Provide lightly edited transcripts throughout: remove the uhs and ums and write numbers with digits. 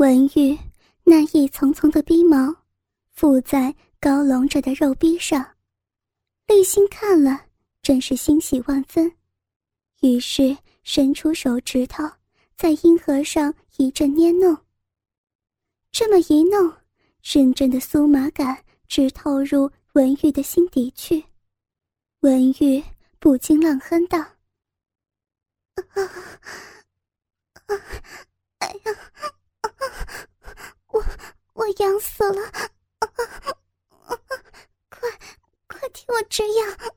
文玉那一丛丛的逼毛附在高隆着的肉逼上，厉星看了真是欣喜万分，于是伸出手指头在阴核上一阵捏弄。这么一弄，阵阵的酥麻感直透入文玉的心底去。文玉不禁浪哼道：哎呀，我痒死了，快替我止痒。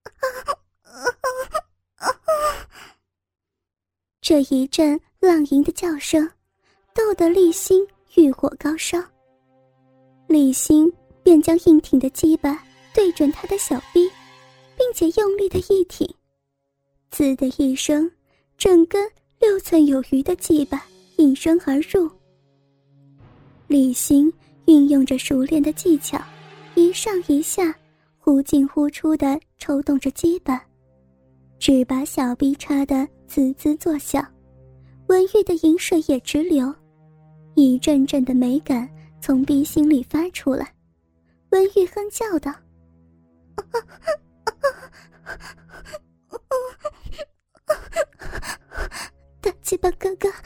这一阵浪吟的叫声逗得厉星欲火高烧，厉星便将硬挺的鸡巴对准他的小臂，并且用力的一挺，滋的一声，整根6寸有余的鸡巴应声而入。厉星运用着熟练的技巧，一上一下，忽进忽出地抽动着鸡巴，只把小臂插得滋滋作响。文玉的饮水也直流，一阵阵的美感从鼻心里发出来。文玉哼叫道：大鸡巴哥哥，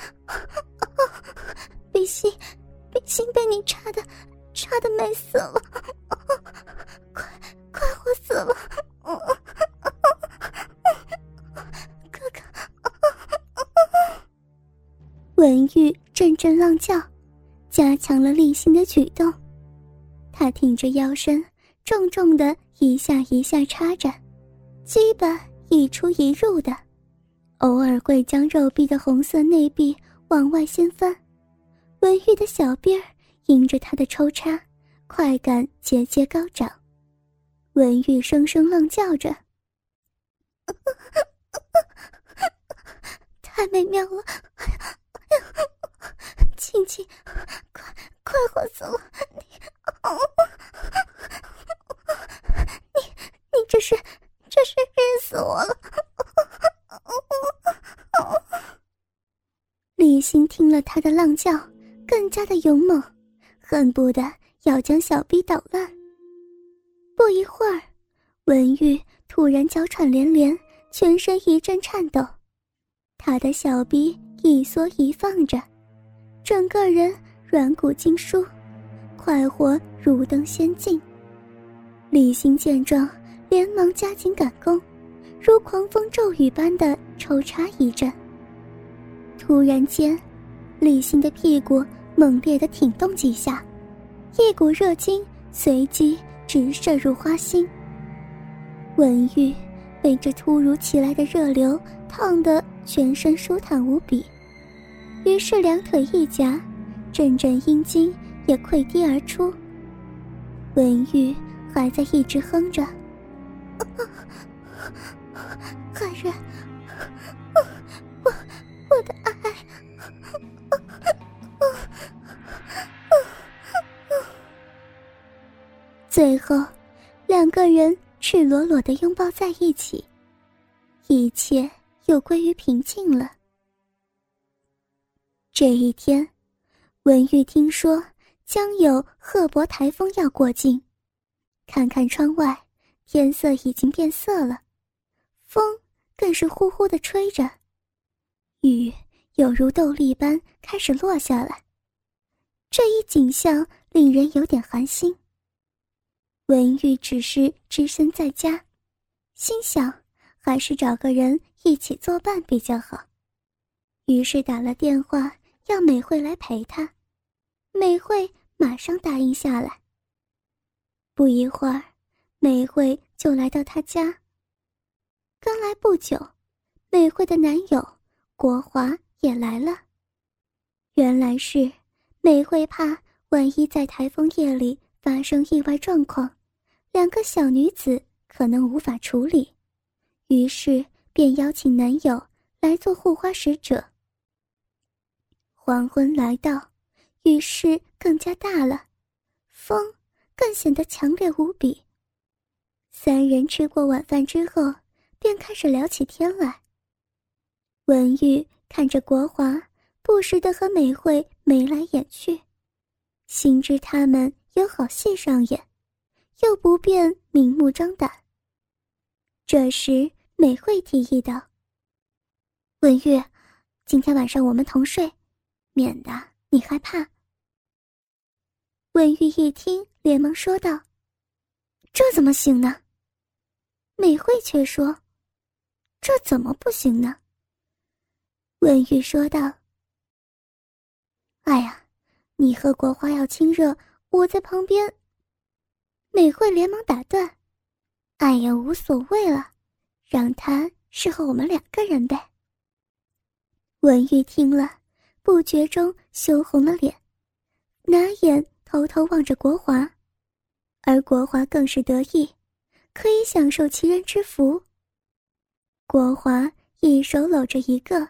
鼻心被你插的美死了，快活死了，哥哥。文玉阵阵浪叫，加强了厉星的举动。他挺着腰身，重重的一下一下插着，鸡巴一出一入的，偶尔会将肉壁的红色内壁往外掀翻。文玉的小臂儿迎着他的抽插，快感节节高涨。文玉声声浪叫着：太美妙了，亲亲，快活死了，你这是日死我了。厉星听了他的浪叫，更加的勇猛，恨不得要将小逼捣烂。不一会儿，文玉突然娇喘连连，全身一阵颤抖，他的小逼一缩一放着，整个人软骨筋疏，快活如登仙境。厉星见状，连忙加紧赶工，如狂风骤雨般的抽插一阵。突然间，厉星的屁股猛烈地挺动几下，一股热精随即直射入花心。文玉被这突如其来的热流烫得全身舒坦无比，于是两腿一夹，阵阵阴茎也溃堤而出。文玉还在一直哼着：海人，我的爱。最后两个人赤裸裸地拥抱在一起，一切又归于平静了。这一天，文玉听说将有赫伯台风要过境，看看窗外，天色已经变色了，风更是呼呼地吹着，雨有如豆粒般开始落下来。这一景象令人有点寒心。文玉只是只身在家，心想还是找个人一起作伴比较好，于是打了电话要美惠来陪他。美惠马上答应下来。不一会儿，美惠就来到他家。刚来不久，美惠的男友国华也来了。原来是美惠怕万一在台风夜里发生意外状况，两个小女子可能无法处理，于是便邀请男友来做护花使者。黄昏来到，雨势更加大了，风更显得强烈无比。三人吃过晚饭之后，便开始聊起天来。文玉看着国华，不不时地和美惠眉来眼去，心知他们有好戏上演，又不便明目张胆。这时美惠提议道：文玉，今天晚上我们同睡，免得你害怕。文玉一听，连忙说道：这怎么行呢？美惠却说：这怎么不行呢？文玉说道：哎呀，你和国华要亲热，我在旁边。美惠连忙打断：哎呀，无所谓了，让他是和我们2个人呗。文玉听了，不觉中羞红了脸，拿眼偷偷望着国华，而国华更是得意，可以享受其人之福。国华一手搂着一个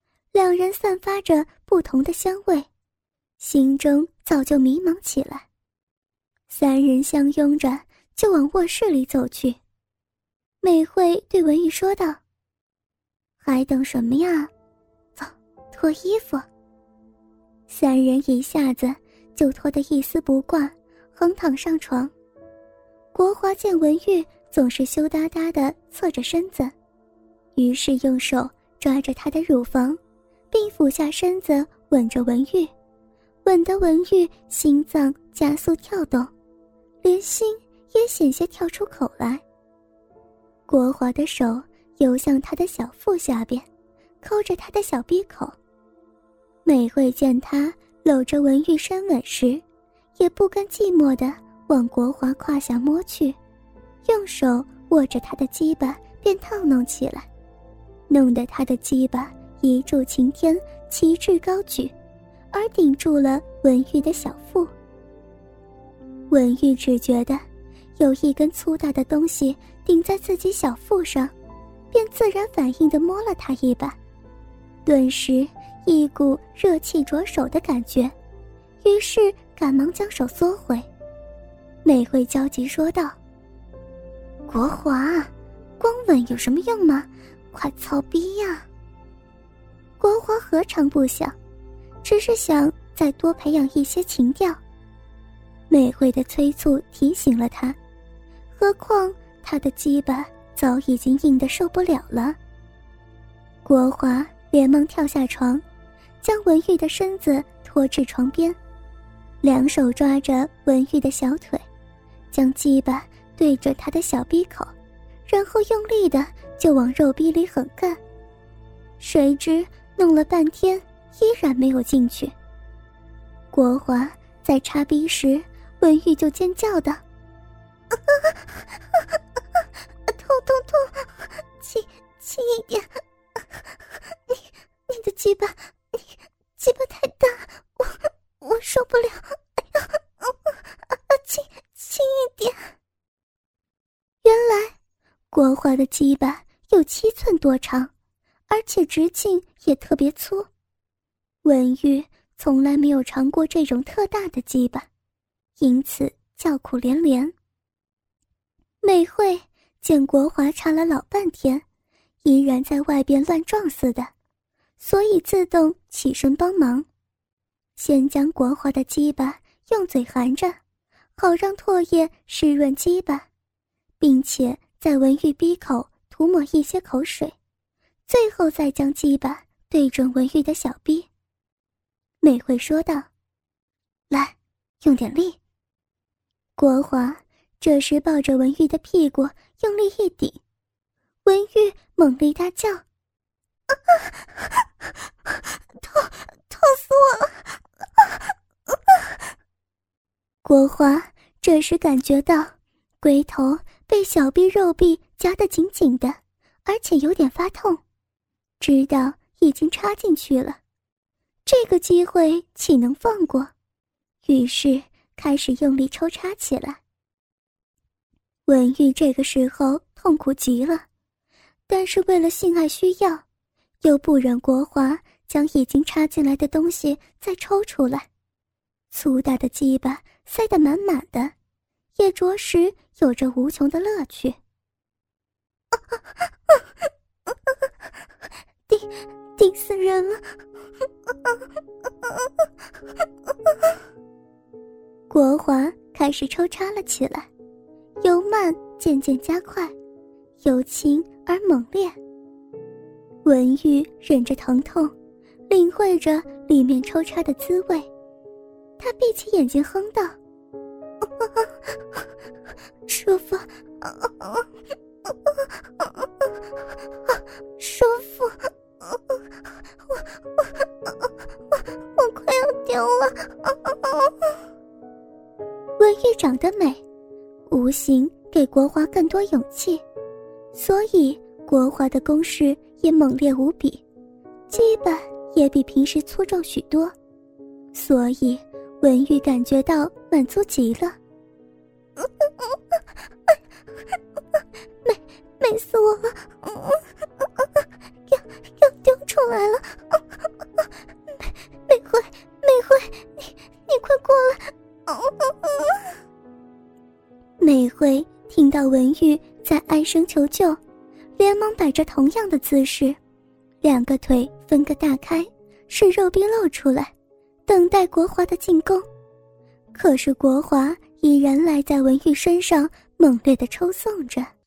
，2人散发着不同的香味，心中早就迷茫起来。3人相拥着就往卧室里走去。美惠对文玉说道：还等什么呀？走，脱衣服。3人一下子就脱得一丝不挂，横躺上床。国华见文玉总是羞答答地侧着身子，于是用手抓着她的乳房，并俯下身子吻着文玉，吻得文玉心脏加速跳动，连心也险些跳出口来。国华的手游向他的小腹下边，抠着他的小闭口。美惠见他搂着文玉深吻时，也不甘寂寞地往国华胯下摸去，用手握着他的鸡巴便套弄起来，弄得他的鸡巴一柱擎天，旗帜高举，而顶住了文玉的小腹。文玉只觉得有一根粗大的东西顶在自己小腹上，便自然反应地摸了他一把，顿时一股热气着手的感觉，于是赶忙将手缩回。美惠焦急说道：国华，光吻有什么用吗？快操逼呀！国华何尝不想，只是想再多培养一些情调。美惠的催促提醒了他，何况他的鸡巴早已经硬得受不了了。国华连忙跳下床，将文玉的身子拖至床边，2手抓着文玉的小腿，将鸡巴对着他的小闭口，然后用力的就往肉壁里狠干。谁知弄了半天依然没有进去。国华在插逼时，文玉就尖叫道：痛痛痛，轻一点，你的鸡巴太大，我受不了，哎呀，轻一点。原来国华的鸡巴有7寸多长，而且直径也特别粗。文玉从来没有尝过这种特大的鸡巴，因此叫苦连连。美惠见国华插了老半天，依然在外边乱撞似的，所以自动起身帮忙，先将国华的鸡巴用嘴含着，好让唾液湿润鸡巴，并且在文玉鼻口涂抹一些口水，最后再将鸡巴对准文玉的小臂。美惠说道：来，用点力。国华这时抱着文玉的屁股用力一顶，文玉猛力大叫：痛死我了！国华这时感觉到龟头被小臂肉壁夹得紧紧的，而且有点发痛，知道已经插进去了，这个机会岂能放过？于是开始用力抽插起来。文玉这个时候痛苦极了，但是为了性爱需要，又不忍国华将已经插进来的东西再抽出来，粗大的鸡巴塞得满满的，也着实有着无顶顶死人了！国华开始抽插了起来，由慢渐渐加快，由轻而猛烈。文玉忍着疼痛，领会着里面抽插的滋味。他闭起眼睛哼道：舒服，舒服，我快要丢了。文玉长得美，无形给国华更多勇气，所以国华的攻势也猛烈无比，基本也比平时粗壮许多，所以文玉感觉到满足极了。美死我了！要丢出来了！美惠，你快过来！美惠听到文玉在哀声求救，连忙摆着同样的姿势，两个腿分个大开，使肉臂露出来，等待国华的进攻。可是国华依然赖在文玉身上，猛烈地抽送着。